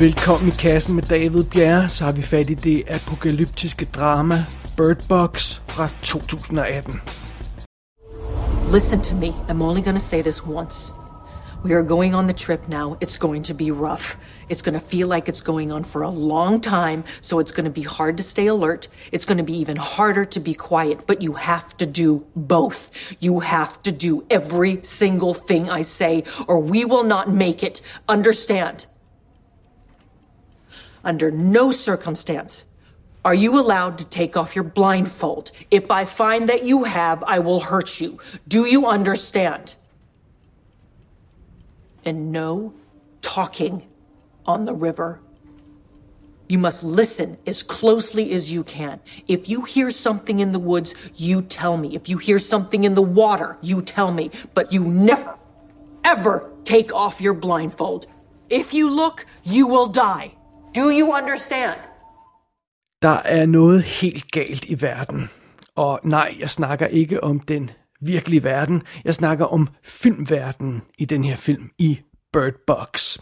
Velkommen i kassen med David Bjerre, så har vi fat i det apokalyptiske drama Bird Box fra 2018. Listen to me, I'm only gonna say this once. We are going on the trip now. It's going to be rough. It's going to feel like it's going on for a long time, so it's going to be hard to stay alert. It's going to be even harder to be quiet, but you have to do both. You have to do every single thing I say, or we will not make it. Understand? Under no circumstance are you allowed to take off your blindfold. If I find that you have, I will hurt you. Do you understand? And no talking on the river. You must listen as closely as you can. If you hear something in the woods, you tell me. If you hear something in the water, you tell me. But you never, ever take off your blindfold. If you look, you will die. Do you understand? Der er noget helt galt i verden. Og nej, jeg snakker ikke om den virkelige verden. Jeg snakker om filmverdenen i den her film, i Bird Box.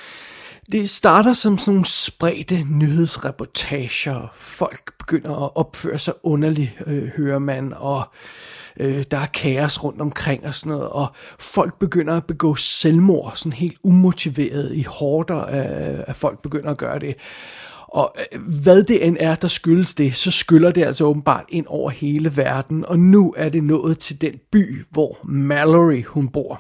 Det starter som sådan nogle spredte nyhedsreportager. Folk begynder at opføre sig underligt, hører man, og der er kaos rundt omkring og sådan noget, og folk begynder at begå selvmord, sådan helt umotiveret i horder af folk begynder at gøre det. Og hvad det end er, der skyldes det, så skyller det altså åbenbart ind over hele verden, og nu er det nået til den by, hvor Mallory hun bor.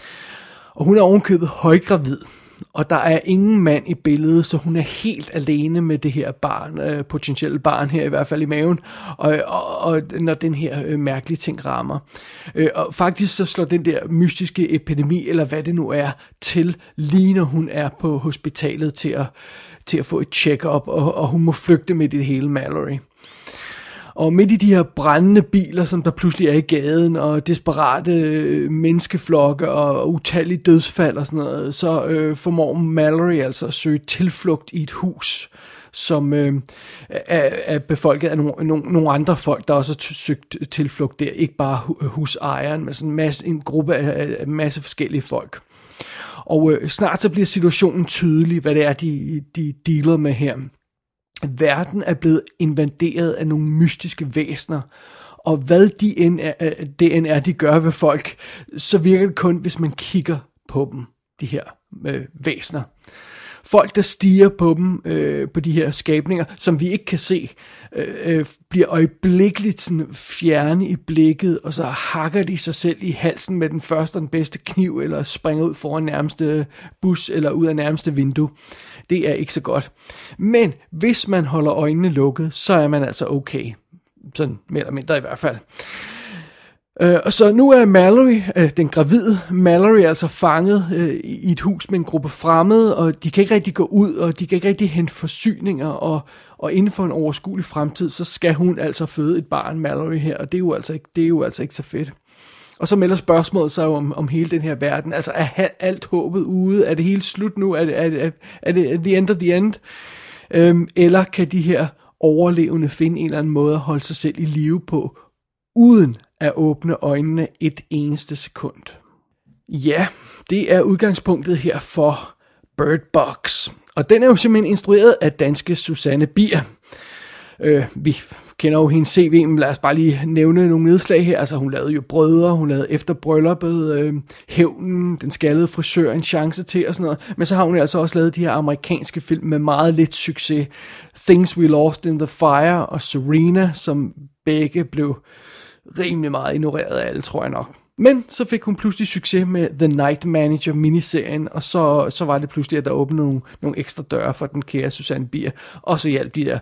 Og hun er ovenkøbet højgravid, og der er ingen mand i billedet, så hun er helt alene med det her barn, potentielle barn her, i hvert fald i maven, og når den her mærkelige ting rammer. Og faktisk så slår den der mystiske epidemi, eller hvad det nu er, til lige når hun er på hospitalet til at få et check-up, og hun må flygte midt i det hele, Mallory. Og midt i de her brændende biler, som der pludselig er i gaden, og desperate menneskeflokke og utallige dødsfald og sådan noget, så formår Mallory altså at søge tilflugt i et hus, som er befolket af nogle andre folk, der også har søgt tilflugt der. Ikke bare husejeren, men sådan en gruppe af masse forskellige folk. Og snart så bliver situationen tydelig, hvad det er, de dealer med her. Verden er blevet invaderet af nogle mystiske væsener, og hvad det end er, de gør ved folk, så virker det kun, hvis man kigger på dem, de her væsener. Folk, der stiger på dem, på de her skabninger, som vi ikke kan se, bliver øjeblikkeligt sådan fjerne i blikket, og så hakker de sig selv i halsen med den første og den bedste kniv, eller springer ud foran nærmeste bus, eller ud af nærmeste vindue. Det er ikke så godt. Men hvis man holder øjnene lukket, så er man altså okay. Sådan mere eller mindre i hvert fald. Og så nu er Mallory, den gravide Mallory, altså fanget i et hus med en gruppe fremmede, og de kan ikke rigtig gå ud, og de kan ikke rigtig hente forsyninger, og inden for en overskuelig fremtid, så skal hun altså føde et barn, Mallory her, og det er jo altså ikke så fedt. Og så melder spørgsmålet sig om hele den her verden, altså er alt håbet ude, er det helt slut nu, er det the end of the end, eller kan de her overlevende finde en eller anden måde at holde sig selv i live på, uden at åbne øjnene et eneste sekund. Ja, det er udgangspunktet her for Bird Box. Og den er jo simpelthen instrueret af danske Susanne Bier. Vi kender jo hendes CV, men lad os bare lige nævne nogle nedslag her. Altså hun lavede jo Brødre, hun lavede Efter brylluppet, Hævnen, Den skaldede frisør, En chance til og sådan noget. Men så har hun altså også lavet de her amerikanske film med meget lidt succes. Things We Lost in the Fire og Serena, som begge blev rimelig meget ignoreret af alle, tror jeg nok. Men så fik hun pludselig succes med The Night Manager miniserien, og så var det pludselig, at der åbnede nogle ekstra døre for den kære Susanne Bier, og så hjalp de der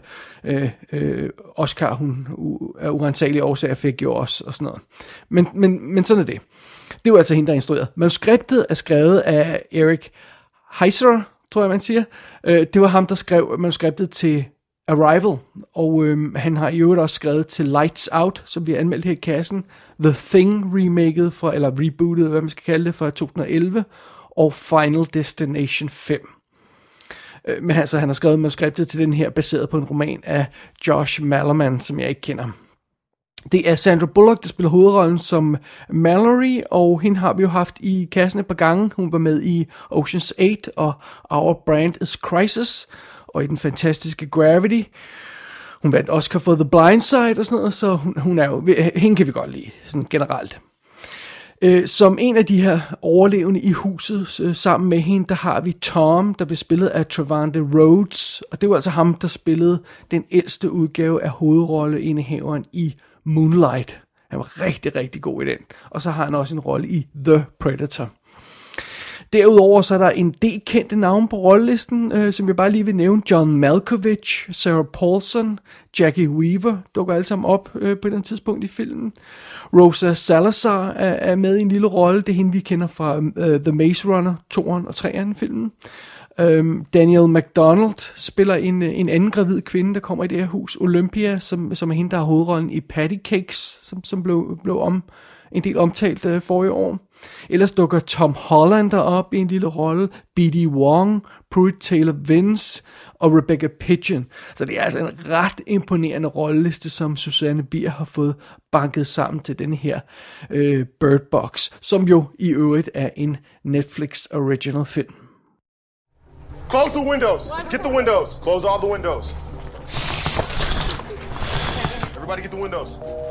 Oscar, hun af urensagelige årsager fik jo også, og sådan noget. Men sådan er det. Det er jo altså hende, der er instrueret. Manuskriptet er skrevet af Eric Heiser, tror jeg, man siger. Det var ham, der skrev manuskriptet til Arrival, og han har i øvrigt også skrevet til Lights Out, som vi har anmeldt her i kassen, The Thing remaket eller rebootet, hvad man skal kalde det, fra 2011, og Final Destination 5. Men altså, han har skrevet manuskriptet til den her, baseret på en roman af Josh Malerman, som jeg ikke kender. Det er Sandra Bullock, der spiller hovedrollen som Mallory, og hende har vi jo haft i kassen et par gange. Hun var med i Ocean's 8 og Our Brand is Crisis, og i den fantastiske Gravity. Hun vandt Oscar for The Blind Side og sådan noget, så hun er jo, hende kan vi godt lide, sådan generelt. Som en af de her overlevende i huset, sammen med hende, der har vi Tom, der blev spillet af Trevante Rhodes, og det var altså ham, der spillede den ældste udgave af hovedrolleindehaveren i Moonlight. Han var rigtig, rigtig god i den. Og så har han også en rolle i The Predator. Derudover så er der en del kendte navne på rollelisten, som jeg bare lige vil nævne. John Malkovich, Sarah Paulson, Jackie Weaver dukker alle sammen op på den tidspunkt i filmen. Rosa Salazar er med i en lille rolle. Det er hende, vi kender fra The Maze Runner 2'eren og 3'eren filmen. Daniel McDonald spiller en anden gravid kvinde, der kommer i det her hus. Olympia, som er hende, der har hovedrollen i Patty Cakes, som blev en del omtalt forrige år. Ellers dukker Tom Holland op i en lille rolle. B.D. Wong, Pruitt Taylor Vince og Rebecca Pidgeon. Så det er altså en ret imponerende rolleliste, som Susanne Bier har fået banket sammen til denne her Bird Box, som jo i øvrigt er en Netflix original film. Close the windows. Get the windows. Close all the windows. Everybody get the windows.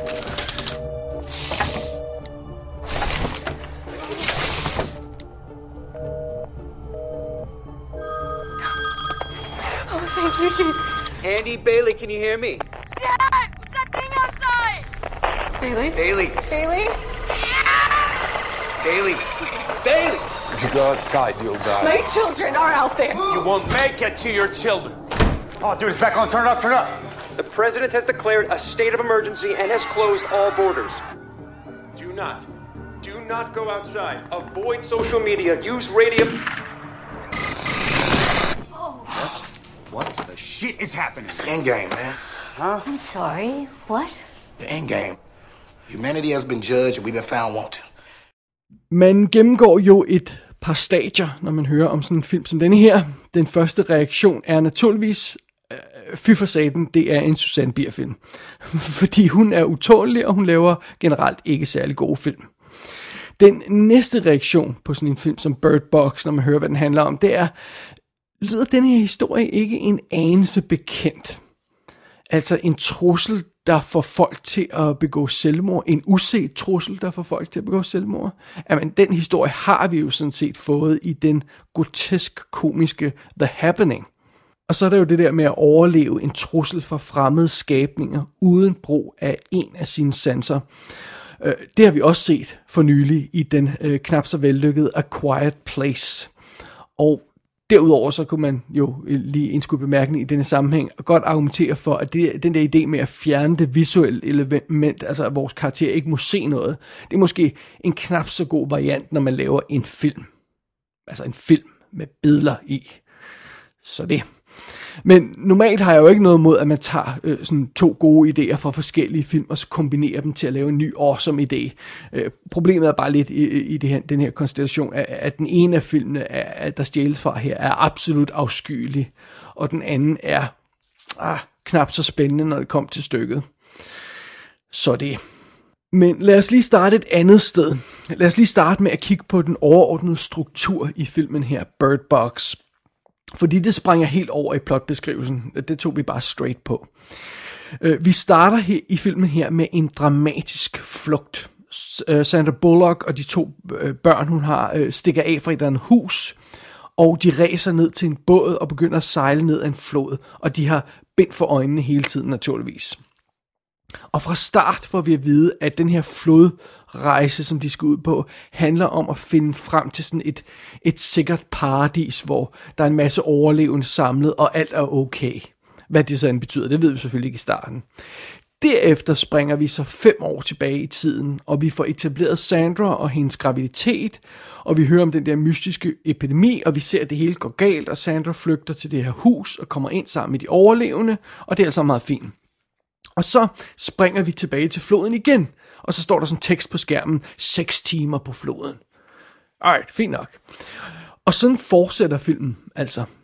Oh, thank you, Jesus. Andy, Bailey, can you hear me? Dad, what's that thing outside? Bailey? Bailey. Bailey? Bailey. Bailey! If you go outside, you'll die. My children are out there. You won't make it to your children. Oh, dude, it's back on. Turn it up, turn it up. The president has declared a state of emergency and has closed all borders. Do not go outside. Avoid social media. Use radio. What the shit is happening? It's the end game, man. Huh? I'm sorry, what? The end game. Humanity has been judged, and we've been found wanting. Man gennemgår jo et par stadier, når man hører om sådan en film som denne her. Den første reaktion er naturligvis, fy for satan, det er en Susanne Bier film. Fordi hun er utålelig, og hun laver generelt ikke særlig gode film. Den næste reaktion på sådan en film som Bird Box, når man hører, hvad den handler om, det er, lyder den her historie ikke en anelse bekendt? Altså en trussel, der får folk til at begå selvmord. En uset trussel, der får folk til at begå selvmord. Jamen, den historie har vi jo sådan set fået i den grotesk-komiske The Happening. Og så er der jo det der med at overleve en trussel fra fremmede skabninger uden brug af en af sine sanser. Det har vi også set for nylig i den knap så vellykkede A Quiet Place. Og derudover så kunne man jo lige en skud bemærkning i denne sammenhæng og godt argumentere for, at den der idé med at fjerne det visuelle element, altså at vores karakter ikke må se noget, det er måske en knap så god variant, når man laver en film. Altså en film med billeder i. Så det. Men normalt har jeg jo ikke noget mod, at man tager sådan to gode idéer fra forskellige film, og så kombinerer dem til at lave en ny awesome idé. Problemet er bare lidt i den her konstellation, at den ene af filmene, der stjæles fra her, er absolut afskyelig, og den anden er knap så spændende, når det kom til stykket. Så det. Men lad os lige starte et andet sted. Lad os lige starte med at kigge på den overordnede struktur i filmen her, Bird Box. Fordi det springer helt over i plotbeskrivelsen. Det tog vi bare straight på. Vi starter her i filmen her med en dramatisk flugt. Sandra Bullock og de to børn, hun har, stikker af fra et eller andet hus. Og de ræser ned til en båd og begynder at sejle ned ad en flod. Og de har bind for øjnene hele tiden naturligvis. Og fra start får vi at vide, at den her flodrejse, som de skal ud på, handler om at finde frem til sådan et sikkert paradis, hvor der er en masse overlevende samlet, og alt er okay. Hvad det så betyder, det ved vi selvfølgelig ikke i starten. Derefter springer vi så 5 år tilbage i tiden, og vi får etableret Sandra og hendes graviditet, og vi hører om den der mystiske epidemi, og vi ser, at det hele går galt, og Sandra flygter til det her hus og kommer ind sammen med de overlevende, og det er altså meget fint. Og så springer vi tilbage til floden igen, og så står der sådan tekst på skærmen, 6 timer på floden. Alright, fint nok. Og sådan fortsætter filmen, altså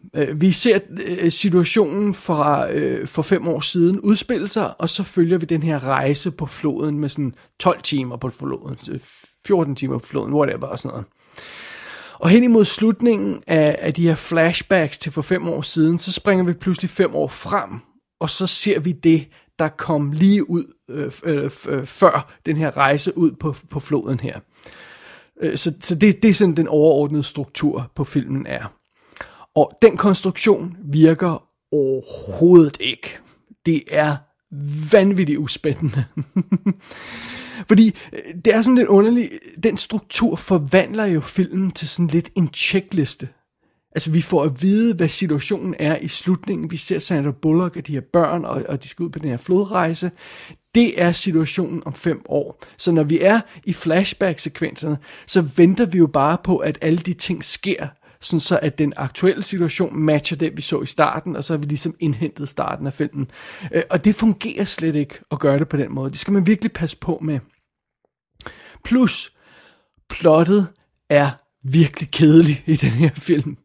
Vi ser situationen for 5 år siden udspille sig, og så følger vi den her rejse på floden med sådan 12 timer på floden, 14 timer på floden, whatever og sådan noget. Og hen imod slutningen af de her flashbacks til for 5 år siden, så springer vi pludselig 5 år frem, og så ser vi det, der kom lige ud før den her rejse ud på floden her. Så det er sådan den overordnede struktur på filmen er. Og den konstruktion virker overhovedet ikke. Det er vanvittigt uspændende. Fordi det er sådan lidt underligt, den struktur forvandler jo filmen til sådan lidt en checkliste. Altså vi får at vide, hvad situationen er i slutningen. Vi ser Sandra Bullock og de her børn, og de skal ud på den her flodrejse. Det er situationen om 5 år. Så når vi er i flashback-sekvenserne, så venter vi jo bare på, at alle de ting sker, sådan så at den aktuelle situation matcher det, vi så i starten, og så har vi ligesom indhentet starten af filmen. Og det fungerer slet ikke at gøre det på den måde. Det skal man virkelig passe på med. Plus, plottet er virkelig kedeligt i den her film.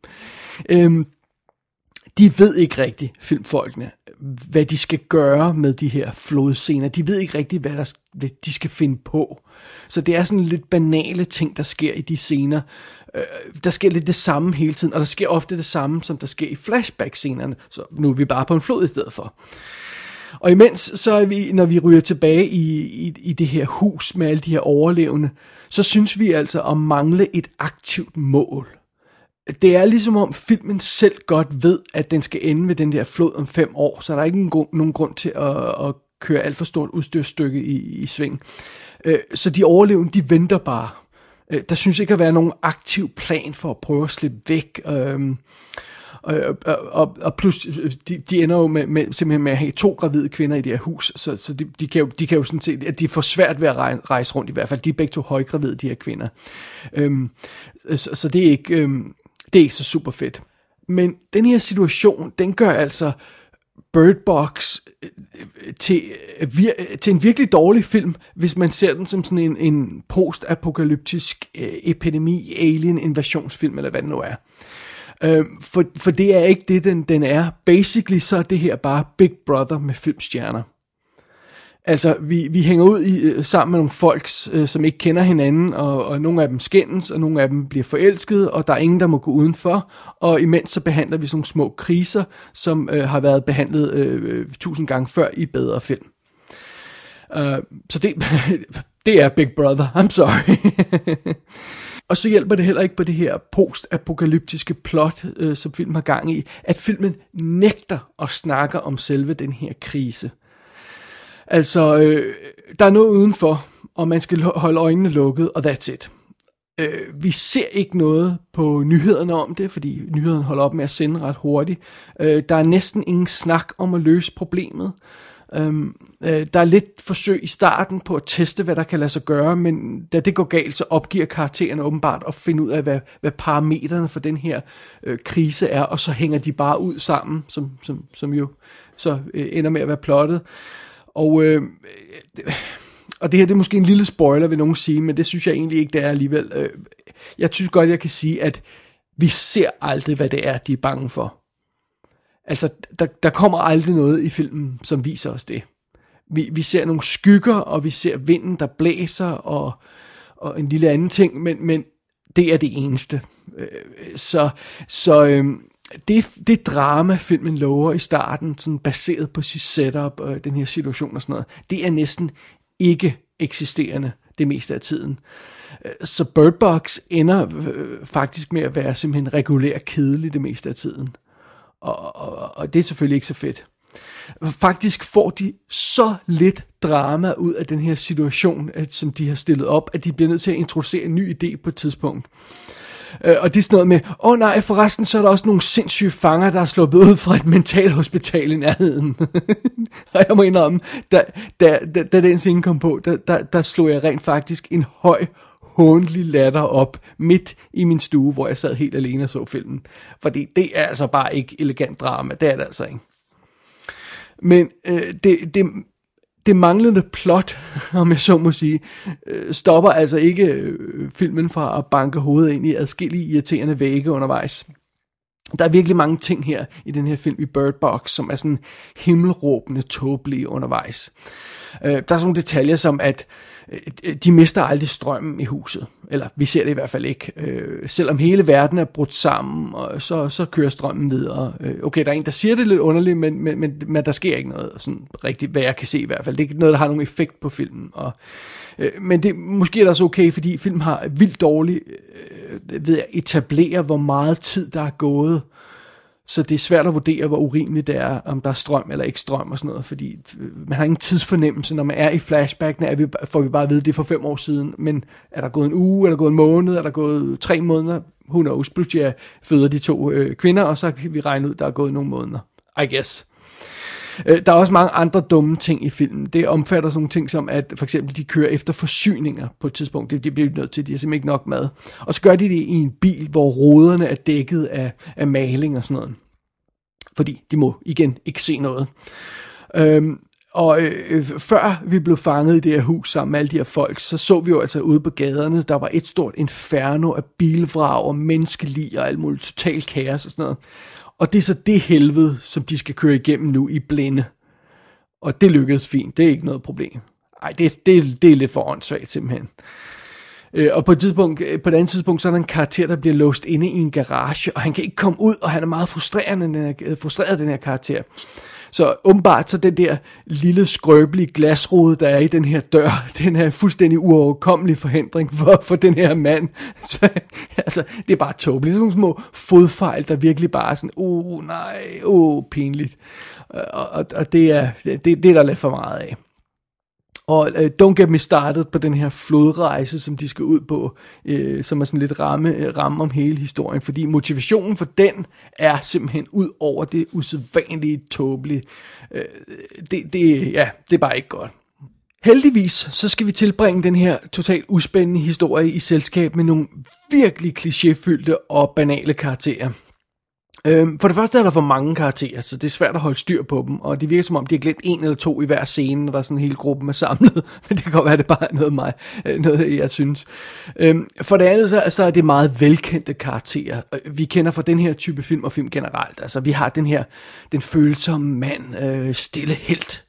De ved ikke rigtigt, filmfolkene, hvad de skal gøre med de her flodscener. De ved ikke rigtigt, hvad de skal finde på. Så det er sådan lidt banale ting, der sker i de scener. Der sker lidt det samme hele tiden, og der sker ofte det samme, som der sker i flashback-scenerne. Så nu er vi bare på en flod i stedet for. Og imens, så er vi, når vi ryger tilbage i det her hus med alle de her overlevende, så synes vi altså at mangle et aktivt mål. Det er ligesom om filmen selv godt ved, at den skal ende ved den der flod om 5 år, så der er ikke nogen grund til at køre alt for stort udstyrstykke i sving. Så de overlevende, de venter bare. Der synes ikke at være nogen aktiv plan for at prøve at slippe væk. Og plus, de ender jo simpelthen med at have 2 gravide kvinder i det her hus, så de kan jo sådan set, at de får svært ved at rejse rundt i hvert fald. De er begge 2 højgravide, de her kvinder. Så det er ikke så super fedt. Men den her situation, den gør altså Bird Box til en virkelig dårlig film, hvis man ser den som sådan en post-apokalyptisk epidemi, alien invasionsfilm, eller hvad det nu er. For det er ikke det, den er. Basically så er det her bare Big Brother med filmstjerner. Altså, vi hænger ud sammen med nogle folk, som ikke kender hinanden, og nogle af dem skændes, og nogle af dem bliver forelskede, og der er ingen, der må gå udenfor. Og imens så behandler vi sådan nogle små kriser, som har været behandlet 1000 gange før i bedre film. Så det er Big Brother. I'm sorry. Og så hjælper det heller ikke på det her post-apokalyptiske plot, som filmen har gang i, at filmen nægter at snakke om selve den her krise. Altså, der er noget udenfor, og man skal holde øjnene lukket, og that's it. Vi ser ikke noget på nyhederne om det, fordi nyhederne holder op med at sende ret hurtigt. Der er næsten ingen snak om at løse problemet. Der er lidt forsøg i starten på at teste, hvad der kan lade sig gøre, men da det går galt, så opgiver karaktererne åbenbart at finde ud af, hvad parametrene for den her krise er, og så hænger de bare ud sammen, som jo så ender med at være plottet. Og det her, det er måske en lille spoiler, vil nogen sige, men det synes jeg egentlig ikke, det er alligevel. Jeg synes godt, jeg kan sige, at vi ser aldrig, hvad det er, de er bange for. Altså, der kommer aldrig noget i filmen, som viser os det. Vi ser nogle skygger, og vi ser vinden, der blæser, og en lille anden ting, men det er det eneste. Det drama, filmen lover i starten, sådan baseret på sit setup og den her situation og sådan noget, det er næsten ikke eksisterende det meste af tiden. Så Bird Box ender faktisk med at være simpelthen regulær kedelig det meste af tiden. Og det er selvfølgelig ikke så fedt. Faktisk får de så lidt drama ud af den her situation, som de har stillet op, at de bliver nødt til at introducere en ny idé på et tidspunkt. Og det er sådan noget med, nej, forresten så er der også nogle sindssyge fanger, der er sluppet ud fra et mentalhospital i nærheden. Og jeg må indrømme, da den scene kom på, der slog jeg rent faktisk en høj, hånlig latter op midt i min stue, hvor jeg sad helt alene og så filmen. Fordi det er altså bare ikke elegant drama, det er det altså ikke. Men det manglende plot, om jeg så må sige, stopper altså ikke filmen fra at banke hovedet ind i adskillige irriterende vægge undervejs. Der er virkelig mange ting her i den her film i Bird Box, som er sådan himmelråbende tåbelige undervejs. Der er sådan nogle detaljer som, at de mister aldrig strømmen i huset. Eller vi ser det i hvert fald ikke. Selvom hele verden er brudt sammen, og så kører strømmen videre. Okay, der er en, der siger det lidt underligt, men der sker ikke noget sådan rigtigt, hvad jeg kan se i hvert fald. Det er ikke noget, der har nogen effekt på filmen. Men det måske er det også okay, fordi filmen har vildt dårligt ved at etablere, hvor meget tid der er gået. Så det er svært at vurdere, hvor urimeligt det er, om der er strøm eller ikke strøm og sådan noget, fordi man har ingen tidsfornemmelse, når man er i flashbackene, får vi bare at vide, det er for 5 år siden, men er der gået en uge, er der gået en måned, er der gået 3 måneder, who knows, pludselig føder de 2 kvinder, og så kan vi regne ud, der er gået nogle måneder, I guess. Der er også mange andre dumme ting i filmen. Det omfatter sådan nogle ting som, at for eksempel de kører efter forsyninger på et tidspunkt. De bliver nødt til, de har simpelthen ikke nok mad. Og så gør de det i en bil, hvor ruderne er dækket af maling og sådan noget. Fordi de må igen ikke se noget. Før vi blev fanget i det her hus sammen med alle de her folk, så vi jo altså ude på gaderne, der var et stort inferno af bilvrag og menneskelig og alt muligt, total kaos og sådan noget. Og det er så det helvede, som de skal køre igennem nu i blinde. Og det lykkedes fint, det er ikke noget problem. Ej, det er lidt for åndssvagt simpelthen. Og på et andet tidspunkt, så er der en karakter, der bliver låst inde i en garage, og han kan ikke komme ud, og han er meget frustreret, den her karakter. Så åbenbart så den der lille skrøbelige glasrude, der er i den her dør, den er fuldstændig uoverkommelig forhindring for den her mand. Så, altså, det er bare tåbeligt. Sådan nogle små fodfejl, der virkelig bare er sådan, pinligt. Og det er der lidt for meget af. Og don't get me started på den her flodrejse, som de skal ud på, som er sådan lidt ramme om hele historien, fordi motivationen for den er simpelthen ud over det usædvanlige tåbelige. Det er bare ikke godt. Heldigvis så skal vi tilbringe den her totalt uspændende historie i selskab med nogle virkelig klichéfyldte og banale karakterer. For det første er der for mange karakterer, så det er svært at holde styr på dem, og det virker som om, de har glemt 1 eller 2 i hver scene, når der er sådan en hel gruppe er samlet, men det kan godt være, det bare er noget jeg synes. For det andet, så er det meget velkendte karakterer. Vi kender fra den her type film og film generelt. Altså, vi har den følsomme mand, stille helt,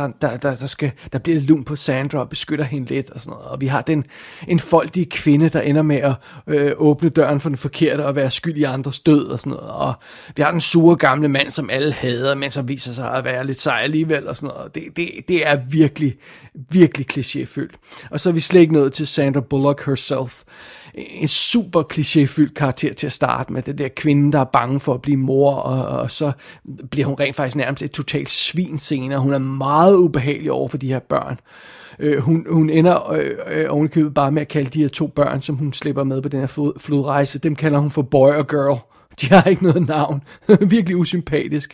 der bliver lidt lun på Sandra og beskytter hende lidt og sådan noget. Og vi har en foldige kvinde, der ender med at åbne døren for den forkerte og være skyld i andres død og sådan noget. Og vi har den sure gamle mand, som alle hader, men som viser sig at være lidt sej alligevel og sådan noget. Det er virkelig, virkelig klichéfyldt. Og så er vi slet ikke nået til Sandra Bullock herself. En super klichéfyldt karakter til at starte med. Det der kvinde, der er bange for at blive mor, og så bliver hun rent faktisk nærmest et totalt svin senere. Hun er meget ubehagelig over for de her børn. Hun ender ovenikøbet bare med at kalde de her 2 børn, som hun slipper med på den her flodrejse, dem kalder hun for boy og girl. De har ikke noget navn. Virkelig usympatisk.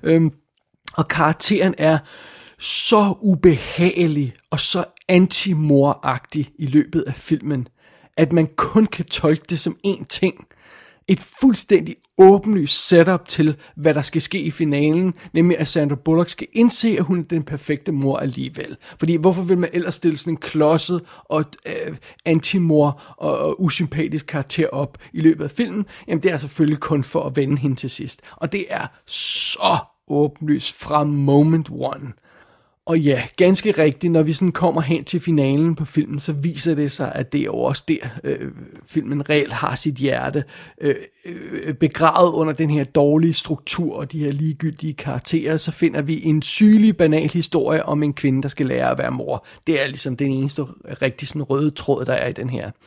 Og karakteren er så ubehagelig og så anti-mor-agtig i løbet af filmen, at man kun kan tolke det som én ting. Et fuldstændig åbenlyst setup til, hvad der skal ske i finalen, nemlig at Sandra Bullock skal indse, at hun er den perfekte mor alligevel. Fordi hvorfor vil man ellers stille sådan en klodset og anti-mor og usympatisk karakter op i løbet af filmen? Jamen det er selvfølgelig kun for at vende hende til sidst. Og det er så åbenlyst fra moment one. Og ja, ganske rigtigt, når vi sådan kommer hen til finalen på filmen, så viser det sig, at det er også der, filmen reelt har sit hjerte begravet under den her dårlige struktur og de her ligegyldige karakterer. Så finder vi en sygelig, banal historie om en kvinde, der skal lære at være mor. Det er ligesom den eneste rigtig sådan røde tråd, der er i den her.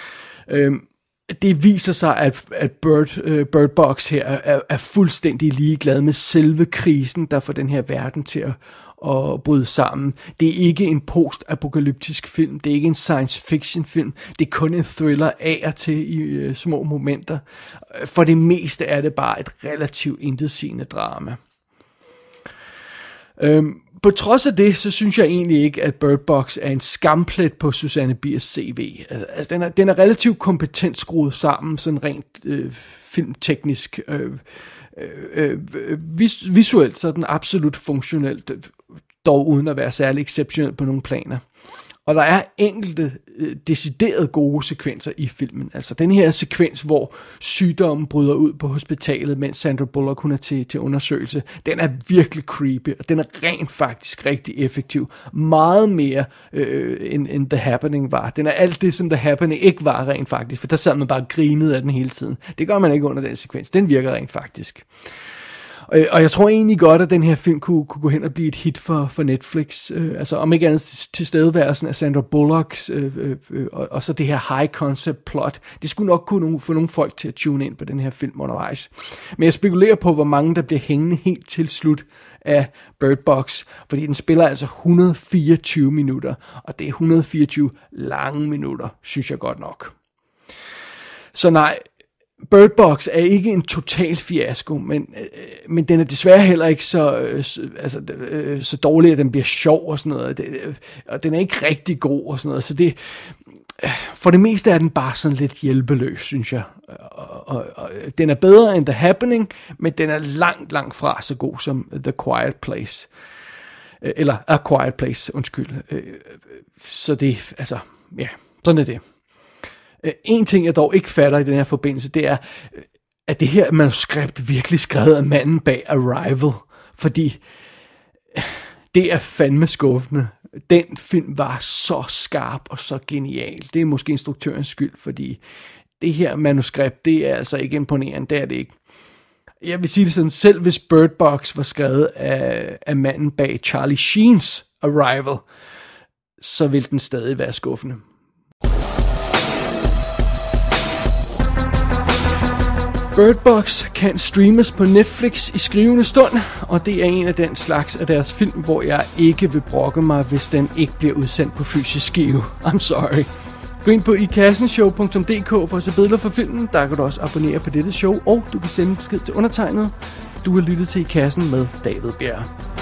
Det viser sig, at Bird Box her er fuldstændig ligeglad med selve krisen, der får den her verden til at bryde sammen. Det er ikke en post-apokalyptisk film, det er ikke en science fiction film, det er kun en thriller af og til i små momenter. For det meste er det bare et relativt intetsigende drama. På trods af det, så synes jeg egentlig ikke, at Bird Box er en skamplet på Susanne Biers CV. Altså, den er relativt kompetent skruet sammen, sådan rent filmteknisk. Visuelt så er den absolut funktionelt, dog uden at være særlig exceptionel på nogle planer. Og der er enkelte decideret gode sekvenser i filmen. Altså den her sekvens, hvor sygdommen bryder ud på hospitalet, mens Sandra Bullock hun er til undersøgelse, den er virkelig creepy, og den er rent faktisk rigtig effektiv. Meget mere end The Happening var. Den er alt det, som The Happening ikke var rent faktisk, for der sad man bare og grinede af den hele tiden. Det gør man ikke under den sekvens. Den virker rent faktisk. Og jeg tror egentlig godt, at den her film kunne gå hen og blive et hit for Netflix. Altså om ikke andet tilstedeværelsen af Sandra Bullock, og så det her high concept plot. Det skulle nok kunne få nogle folk til at tune ind på den her film undervejs. Men jeg spekulerer på, hvor mange der bliver hængende helt til slut af Bird Box, fordi den spiller altså 124 minutter, og det er 124 lange minutter, synes jeg godt nok. Så nej, Bird Box er ikke en total fiasko, men den er desværre heller ikke så dårlig, at den bliver sjov og sådan noget. Og den er ikke rigtig god og sådan noget, så det, for det meste er den bare sådan lidt hjælpeløs, synes jeg. Og den er bedre end The Happening, men den er langt fra så god som The Quiet Place. Eller A Quiet Place, undskyld. Så det, altså, ja, sådan er det. En ting, jeg dog ikke fatter i den her forbindelse, det er, at det her manuskript virkelig skrevet af manden bag Arrival. Fordi det er fandme skuffende. Den film var så skarp og så genial. Det er måske instruktørens skyld, fordi det her manuskript, det er altså ikke imponerende. Det er det ikke. Jeg vil sige det sådan, selv hvis Bird Box var skrevet af manden bag Charlie Sheens Arrival, så vil den stadig være skuffende. Bird Box kan streames på Netflix i skrivende stund, og det er en af den slags af deres film, hvor jeg ikke vil brokke mig, hvis den ikke bliver udsendt på fysisk skive. I'm sorry. Gå ind på ikassenshow.dk for at se billeder fra filmen. Der kan du også abonnere på dette show, og du kan sende besked til undertegnet. Du har lyttet til I Kassen med David Bjerg.